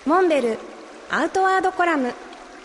モンベルアウトワードコラム。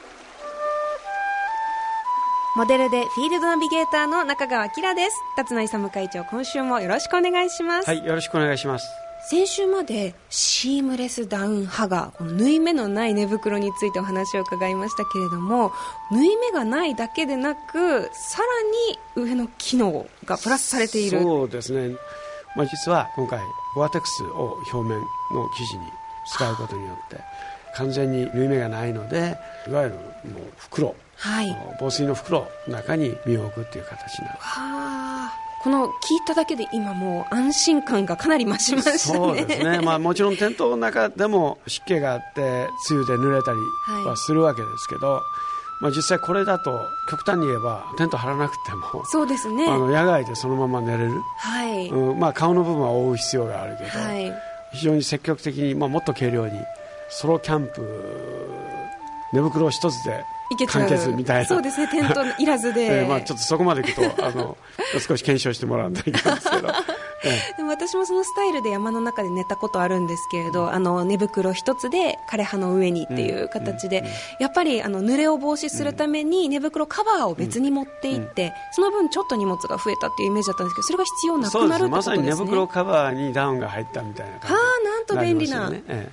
モデルでフィールドナビゲーターの中川きらです。辰野勇会長、今週もよろしくお願いします。 はい、よろしくお願いします。 先週までシームレスダウンハガー、この縫い目のない寝袋についてお話を伺いましたけれども、縫い目がないだけでなくさらに上の機能がプラスされている。 そうですね、実は今回ゴアテックスを表面の生地に使うことによって完全に縫い目がないので、いわゆるもう袋、はい、防水の袋の中に身を置くっていう形になる。 この聞いただけで今もう安心感がかなり増しましたね。 そうですね、もちろんテントの中でも湿気があって梅雨で濡れたりはするわけですけど、実際これだと極端に言えばテント張らなくても、 そうですね、 野外でそのまま寝れる、はい、顔の部分は覆う必要があるけど、はい、非常に積極的に、もっと軽量にソロキャンプ寝袋一つで完結みたいな。 そうですね、テントいらずで、 ちょっとそこまでいくと少し検証してもらわないといけないんですけどでも私もそのスタイルで山の中で寝たことあるんですけれど、寝袋一つで枯葉の上にっていう形で、やっぱり濡れを防止するために寝袋カバーを別に持っていって、その分ちょっと荷物が増えたっていうイメージだったんですけど、それが必要なくなるってことですね。 まさに寝袋カバーにダウンが入ったみたいな感じなんと便利な、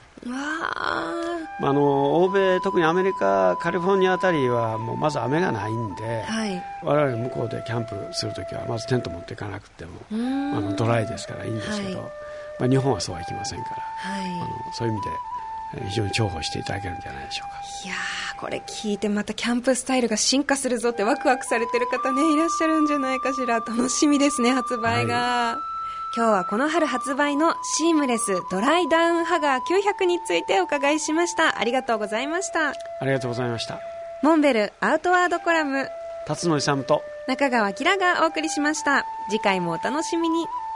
欧米、特にアメリカカリフォルニアあたりはもうまず雨がないんで、はい、我々向こうでキャンプするときはまずテント持っていかなくてもドライですからいいんですけど、はい、日本はそうはいきませんから、はい、そういう意味で非常に重宝していただけるんじゃないでしょうか。 いやー、これ聞いてまたキャンプスタイルが進化するぞってワクワクされてる方ね、いらっしゃるんじゃないかしら。楽しみですね、発売が、はい。今日はこの春発売のシームレスドライダウンハガー900についてお伺いしました。ありがとうございました。 ありがとうございました。 モンベルアウトワードコラム、 辰野勇と中川きらがお送りしました。次回もお楽しみに。